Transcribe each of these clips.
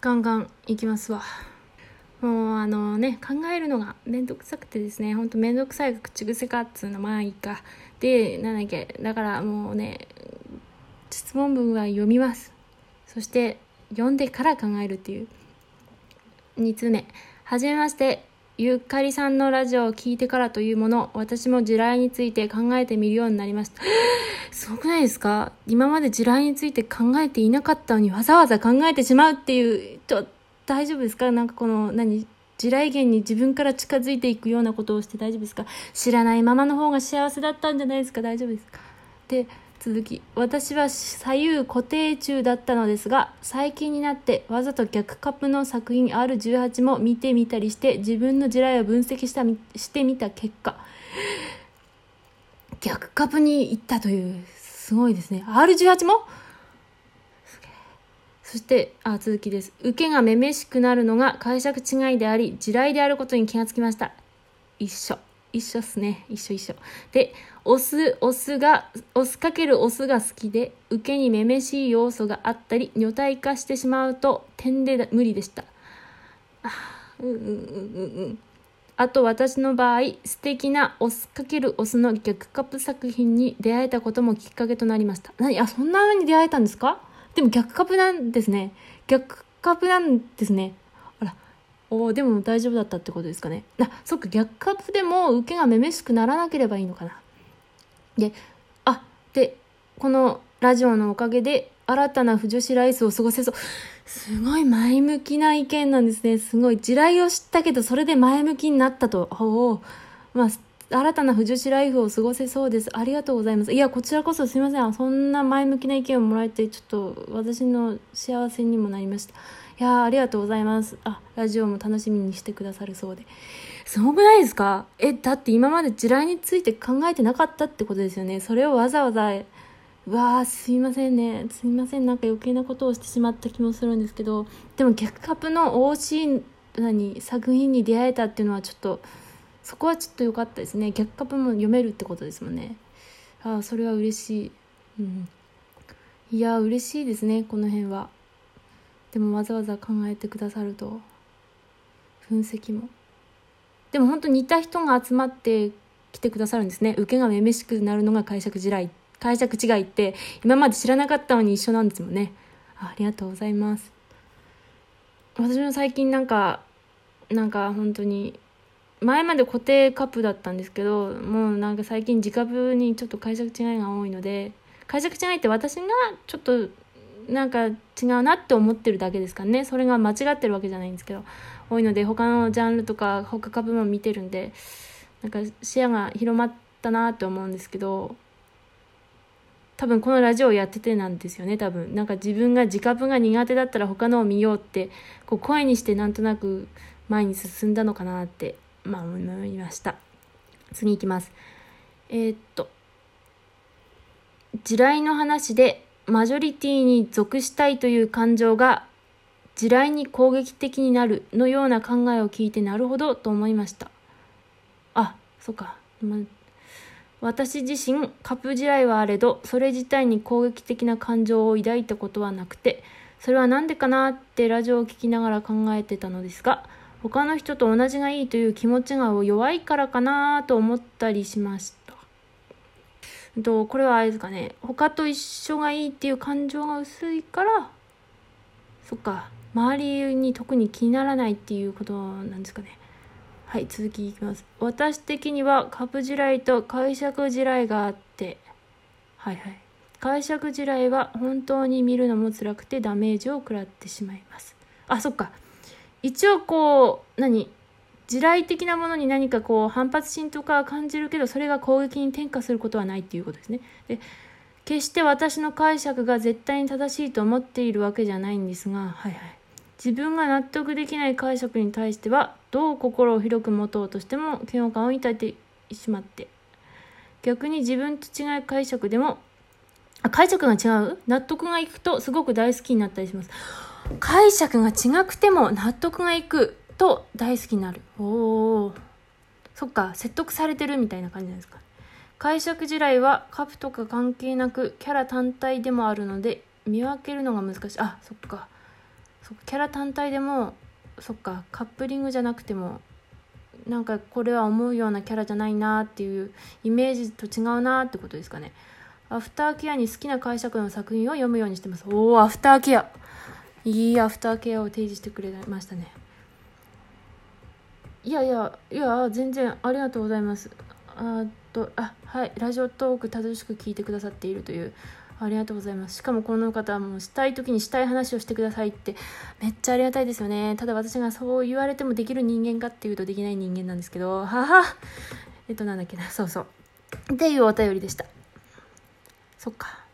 ガンガンいきますわ。もう考えるのがめんどくさくてですね、ほんとめんどくさいが口癖かっつうの、まあいいか。で、だからもうね、質問文は読みます。そして読んでから考えるっていう。2つ目、はじめまして、ゆかりさんのラジオを聞いてからというもの、私も地雷について考えてみるようになりました。すごくないですか？今まで地雷について考えていなかったのにわざわざ考えてしまうっていう、大丈夫ですか？地雷原に自分から近づいていくようなことをして大丈夫ですか？知らないままの方が幸せだったんじゃないですか？大丈夫ですか？で、続き、私は左右固定中だったのですが、最近になってわざと逆カップの作品 R18 も見てみたりして自分の地雷を分析してみた結果、逆カップに行ったという、すごいですね。R18 も？そして続きです。受けがめめしくなるのが解釈違いであり地雷であることに気がつきました。一緒っすね。一緒で、オスかけるオスが好きで受けにめめしい要素があったり女体化してしまうと点で無理でした。あと私の場合、素敵なオスかけるオスの逆カップ作品に出会えたこともきっかけとなりました。そんなのに出会えたんですか？でも逆カップなんですね。でも大丈夫だったってことですかね。そっか、逆カップでも受けがめめしくならなければいいのかな。で、このラジオのおかげで新たな不女子ライスを過ごせそう。すごい前向きな意見なんですね。すごい地雷を知ったけどそれで前向きになったと。新たな不女子ライフを過ごせそうです。ありがとうございます。いや、こちらこそすいません。そんな前向きな意見をもらえて、ちょっと私の幸せにもなりました。いや、ありがとうございます。ラジオも楽しみにしてくださるそうで。すごくないですか？だって今まで地雷について考えてなかったってことですよね。それをわざわざ、すいませんね。すいません。余計なことをしてしまった気もするんですけど、でも逆カップの OC 作品に出会えたっていうのはちょっと、そこはちょっと良かったですね。逆カップも読めるってことですもんね。それは嬉しい。いや、嬉しいですね、この辺は。でもわざわざ考えてくださると、分析も。でも本当に似た人が集まってきてくださるんですね。受けがめめしくなるのが解釈違いって今まで知らなかったのに一緒なんですもんね。ありがとうございます。私も最近本当に前まで固定カップだったんですけど、もう最近自カップにちょっと解釈違いが多いので、解釈違いって私がちょっと違うなって思ってるだけですからね。それが間違ってるわけじゃないんですけど、多いので他のジャンルとか他カップも見てるんで、視野が広まったなって思うんですけど、多分このラジオをやっててなんですよね。多分自分が自カップが苦手だったら他のを見ようって声にしてなんとなく前に進んだのかなって思いました。次いきます。地雷の話でマジョリティに属したいという感情が地雷に攻撃的になるのような考えを聞いてなるほどと思いました。そうか。私自身カップ地雷はあれどそれ自体に攻撃的な感情を抱いたことはなくて、それはなんでかなってラジオを聞きながら考えてたのですが、他の人と同じがいいという気持ちが弱いからかなと思ったりしました。これはあれですかね、他と一緒がいいっていう感情が薄いから、そっか、周りに特に気にならないっていうことなんですかね。はい、続きいきます。私的にはカップ地雷と解釈地雷があって、解釈地雷は本当に見るのも辛くてダメージを食らってしまいます。そっか。一応地雷的なものに何か反発心とか感じるけど、それが攻撃に転化することはないっていうことですね。で、決して私の解釈が絶対に正しいと思っているわけじゃないんですが、自分が納得できない解釈に対してはどう心を広く持とうとしても嫌悪感を抱いてしまって、逆に自分と違う解釈でも解釈が違う納得がいくとすごく大好きになったりします。解釈が違くても納得がいくと大好きになる。そっか、説得されてるみたいな感じなんですか。解釈地雷はカップとか関係なくキャラ単体でもあるので見分けるのが難しい。そっか。 そっかキャラ単体でもそっかカップリングじゃなくてもなんかこれは思うようなキャラじゃないなっていうイメージと違うなってことですかね。アフターケアに好きな解釈の作品を読むようにしてます。おー、アフターケア、いいアフターケアを提示してくれましたね。いや全然ありがとうございます。はい、ラジオトーク楽しく聞いてくださっているというありがとうございます。しかもこの方はもうしたい時にしたい話をしてくださいってめっちゃありがたいですよね。ただ私がそう言われてもできる人間かっていうとできない人間なんですけど、ははなんだっけな、そうっていうお便りでした。そっか。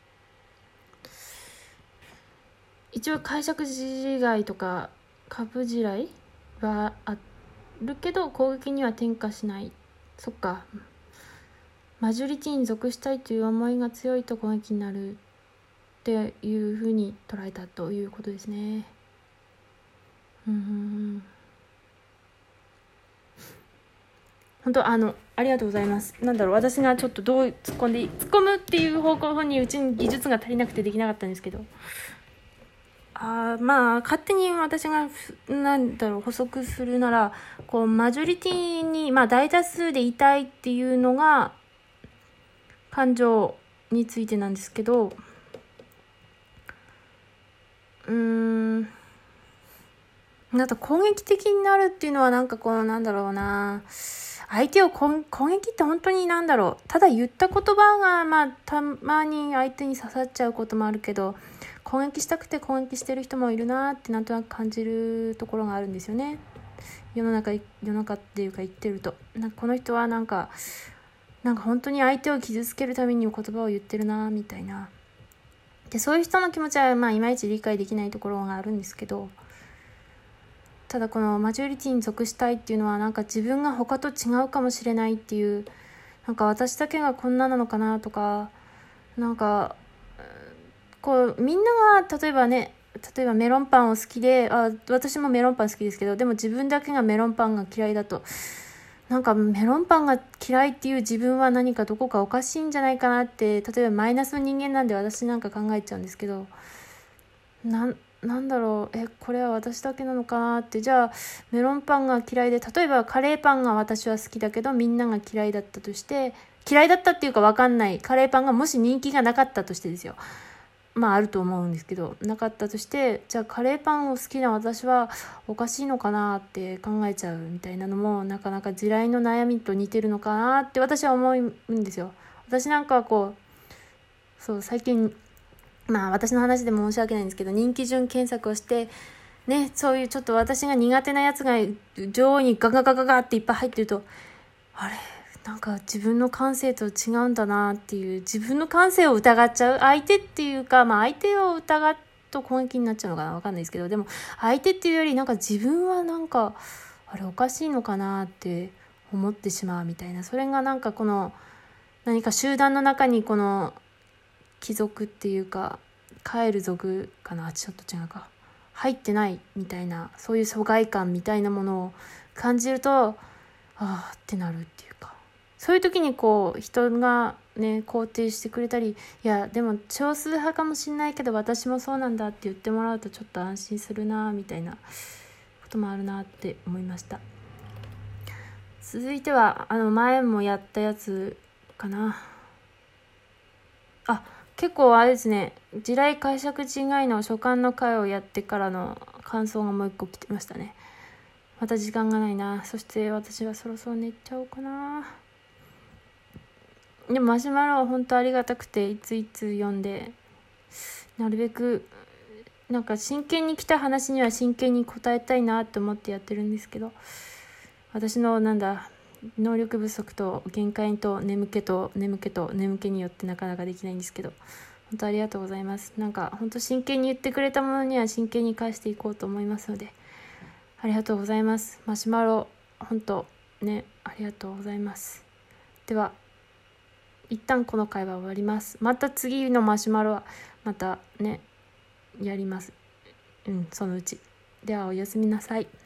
一応解釈自害とか株地雷はあるけど攻撃には転化しない。そっか。マジョリティに属したいという思いが強いと攻撃になるっていう風に捉えたということですね。本当ありがとうございます。私がちょっとどう突っ込むっていう方向にうちに技術が足りなくてできなかったんですけど、勝手に私が補足するならこうマジョリティに大多数でいたいっていうのが感情についてなんですけど、攻撃的になるっていうのは相手を攻撃って本当にただ言った言葉がたまに相手に刺さっちゃうこともあるけど、攻撃したくて攻撃してる人もいるなってなんとなく感じるところがあるんですよね。世の中っていうか言ってるとこの人は本当に相手を傷つけるために言葉を言ってるなみたいな。でそういう人の気持ちはいまいち理解できないところがあるんですけど、ただこのマジョリティに属したいっていうのは自分が他と違うかもしれないっていう、私だけがこんななのかなとか、こうみんなが例えばメロンパンを好きで、私もメロンパン好きですけど、でも自分だけがメロンパンが嫌いだと、メロンパンが嫌いっていう自分は何かどこかおかしいんじゃないかなって、例えばマイナスの人間なんで私考えちゃうんですけど、これは私だけなのかなって。じゃあメロンパンが嫌いで、例えばカレーパンが私は好きだけどみんなが嫌いだったとして、嫌いだったっていうか分かんないカレーパンがもし人気がなかったとしてですよ、あると思うんですけど、なかったとして、じゃあカレーパンを好きな私はおかしいのかなって考えちゃうみたいなのもなかなか地雷の悩みと似てるのかなって私は思うんですよ。私最近私の話で申し訳ないんですけど、人気順検索をしてね、そういうちょっと私が苦手なやつが上位にガガガガガっていっぱい入ってると、あれ自分の感性と違うんだなっていう、自分の感性を疑っちゃう相手っていうか、相手を疑うと攻撃になっちゃうのかな、わかんないですけど、でも相手っていうより自分はあれおかしいのかなって思ってしまうみたいな。それがこの何か集団の中にこの貴族っていうか帰る族かな、ちょっと違うか、入ってないみたいな、そういう疎外感みたいなものを感じるとってなるっていうか、そういう時に人がね肯定してくれたり、いやでも少数派かもしれないけど私もそうなんだって言ってもらうとちょっと安心するなみたいなこともあるなって思いました。続いては前もやったやつかな。結構あれですね、地雷解釈違いの書簡の回をやってからの感想がもう一個来てましたね。また時間がないな。そして私はそろそろ寝ちゃおうかな。でもマシュマロは本当ありがたくて、いついつ読んで、なるべく真剣に来た話には真剣に答えたいなって思ってやってるんですけど、私の能力不足と限界と眠気によってなかなかできないんですけど、本当ありがとうございます。本当真剣に言ってくれたものには真剣に返していこうと思いますので、ありがとうございます。マシュマロ本当ね、ありがとうございます。では一旦この回は終わります。また次のマシュマロはまたねやります。そのうち。ではおやすみなさい。